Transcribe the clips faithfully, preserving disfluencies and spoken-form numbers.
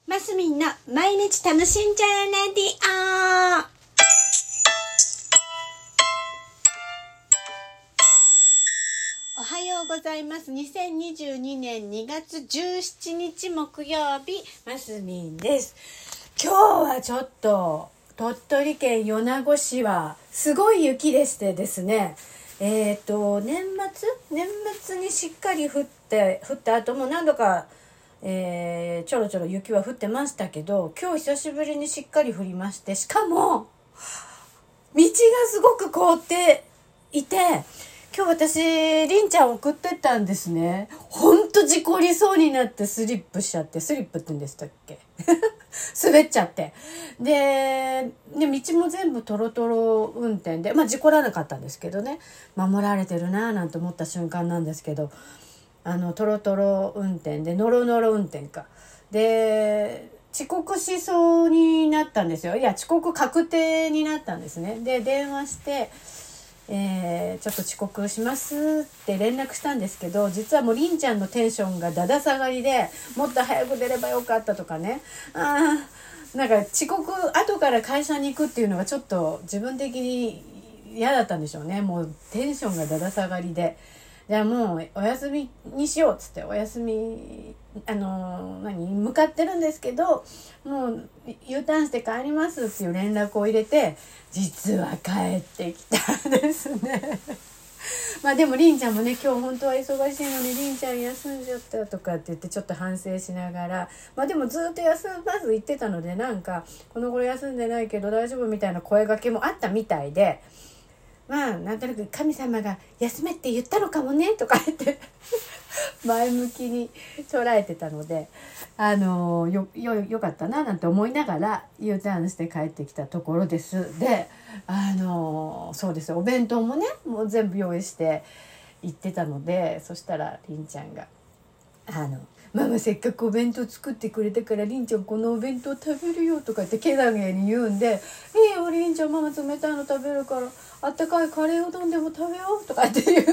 マスミンの毎日楽しんじゃえレディオ。おはようございます。にせんにじゅうにねんにがつじゅうしちにち木曜日、マスミンです。今日はちょっと鳥取県米子市はすごい雪でしてですね、えっと年末年末にしっかり降って降った後も何度かえー、ちょろちょろ雪は降ってましたけど、今日久しぶりにしっかり降りまして、しかも道がすごく凍っていて、今日私りんちゃん送ってったんですね。ほんと事故りそうになってスリップしちゃって、スリップって言うんでしたっけ滑っちゃってでで道も全部トロトロ運転で、まあ事故らなかったんですけどね、守られてるなぁなんて思った瞬間なんですけど、あのトロトロ運転でノロノロ運転かで遅刻しそうになったんですよ。いや遅刻確定になったんですね。で電話して、えー、ちょっと遅刻しますって連絡したんですけど、実はもうりんちゃんのテンションがだだ下がりで、もっと早く出ればよかったとかね、あーなんか遅刻後から会社に行くっていうのがちょっと自分的に嫌だったんでしょうね。もうテンションがだだ下がりで、じゃあもうお休みにしようっつって、お休みあの何向かってるんですけど、もう U ターンして帰りますっていう連絡を入れて、実は帰ってきたんですねまあでもりんちゃんもね、今日本当は忙しいのにりんちゃん休んじゃったとかって言ってちょっと反省しながら、まあでもずっと休まず行ってたので、なんかこの頃休んでないけど大丈夫みたいな声掛けもあったみたいで、まあなんとなく神様が休めって言ったのかもねとか言って前向きに捉えてたので、あのよよよかったななんて思いながら U ターンして帰ってきたところです。で、あのそうです、お弁当もねもう全部用意して行ってたので、そしたらりんちゃんがあのママせっかくお弁当作ってくれたからりんちゃんこのお弁当食べるよとか言ってけなげに言うんで、いいよりんちゃんママ冷たいの食べるからあったかいカレーうどんでも食べようとかって言って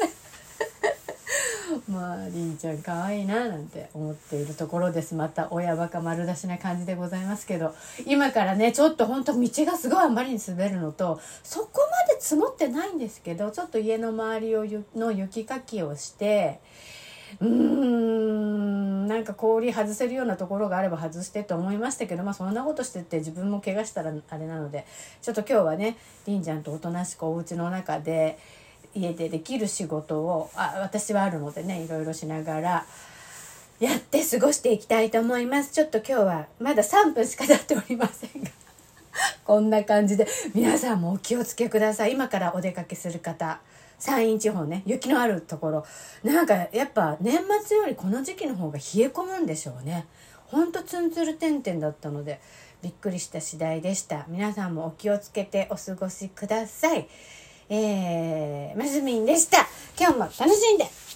まありんちゃん可愛いななんて思っているところです。また親バカ丸出しな感じでございますけど、今からねちょっと本当道がすごいあまりに滑るのと、そこまで積もってないんですけど、ちょっと家の周りをゆの雪かきをして、うーんなんか氷外せるようなところがあれば外してと思いましたけど、まあそんなことしてって自分も怪我したらあれなので、ちょっと今日はねりんちゃんとおとなしくお家の中で家でできる仕事をあ私はあるのでね、いろいろしながらやって過ごしていきたいと思います。ちょっと今日はまださんぷんしか経っておりませんがこんな感じで皆さんもお気をつけください。今からお出かけする方、山陰地方ね、雪のあるところ、なんかやっぱ年末よりこの時期の方が冷え込むんでしょうね。ほんとツンツルテンテンだったのでびっくりした次第でした。皆さんもお気をつけてお過ごしください。えー、マスミンでした。今日も楽しんで